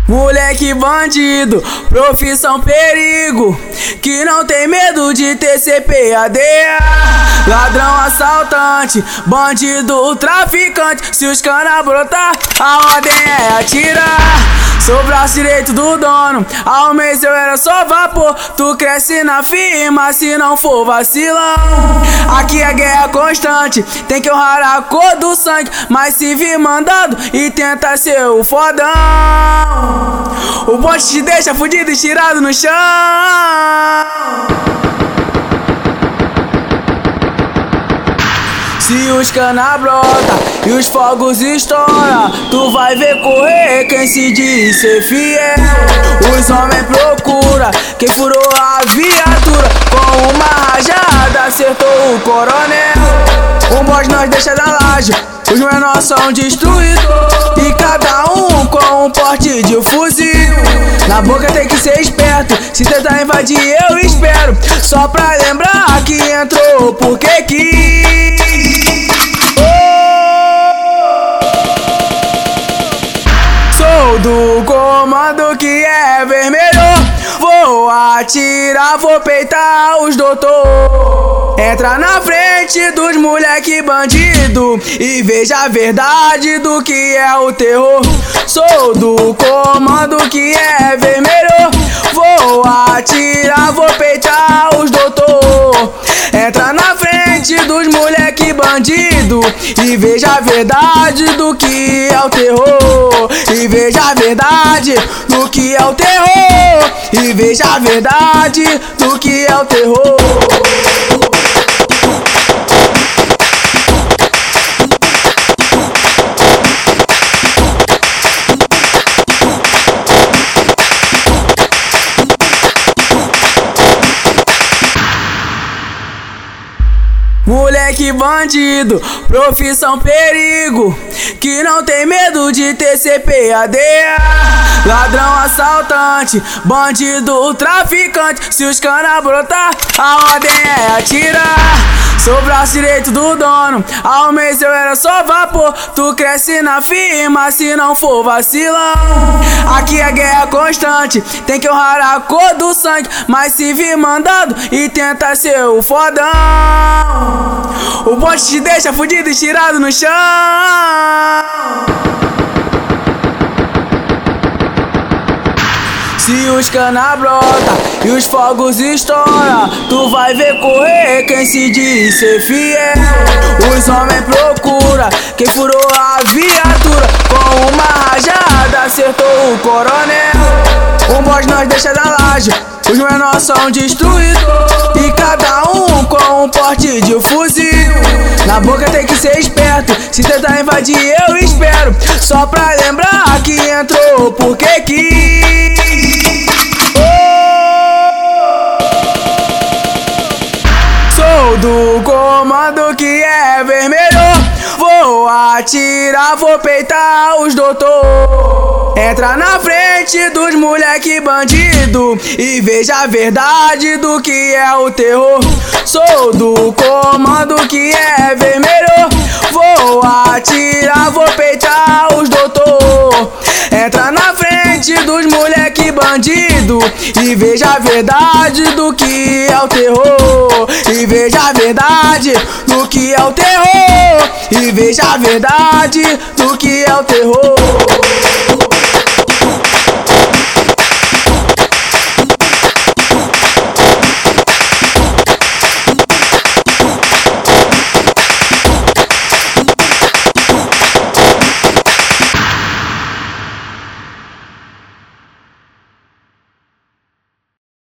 Moleque bandido, profissão perigo, que não tem medo de ter CPAD. Ladrão, assaltante, bandido, traficante. Se os cana brotar, a ordem é atirar. Sou braço direito do dono, ao mês eu era só vapor. Tu cresce na firma se não for vacilão. Aqui é guerra constante, tem que honrar a cor do sangue. Mas se vir mandado e tenta ser o fodão, o bote te deixa fudido e tirado no chão. Se os cana brota e os fogos estoura, tu vai ver correr quem se diz ser fiel. Os homens procura quem furou a viatura, com uma rajada acertou o coronel. Um bote nós deixa da laje, os menores são destruidores, e cada um com um porte de fuzil. Na boca tem que ser esperto, se tentar invadir eu espero. Só pra lembrar que entrou porque quis. Sou do comando que é vermelho, vou atirar, vou peitar os doutor. Entra na frente dos moleque bandido e veja a verdade do que é o terror. Sou do comando que é vermelho, vou atirar, vou peitar os doutor. Entra na frente dos moleque bandido e veja a verdade do que é o terror. E veja a verdade do que é o terror. E veja a verdade do que é o terror. Moleque bandido, profissão perigo, que não tem medo de ter CPAD. Ladrão, assaltante, bandido, traficante. Se os cana brotar, a ordem é atirar. Sou braço direito do dono, ao mês eu era só vapor. Tu cresce na firma se não for vacilão. Aqui é guerra constante, tem que honrar a cor do sangue. Mas se vir mandado e tenta ser o fodão, o bote te deixa fudido e tirado no chão. Se os cana brota e os fogos estoura, tu vai ver correr quem se diz ser fiel. Os homens procura quem furou a viatura, com uma rajada acertou o coronel. Um bote nós deixa da laje, os menores são destruidores, e cada um com um porte de fuzil. Na boca tem que ser esperto, se tentar invadir eu espero. Só pra lembrar que entrou porque quis. Sou do comando que é vermelho, vou atirar, vou peitar os doutor. Entra na frente dos moleque bandido e veja a verdade do que é o terror. Sou do comando que é vermelho, vou atirar, vou peitar os doutor. Entra na frente dos moleque bandido e veja a verdade do que é o terror. E veja a verdade do que é o terror. E veja a verdade do que é o terror.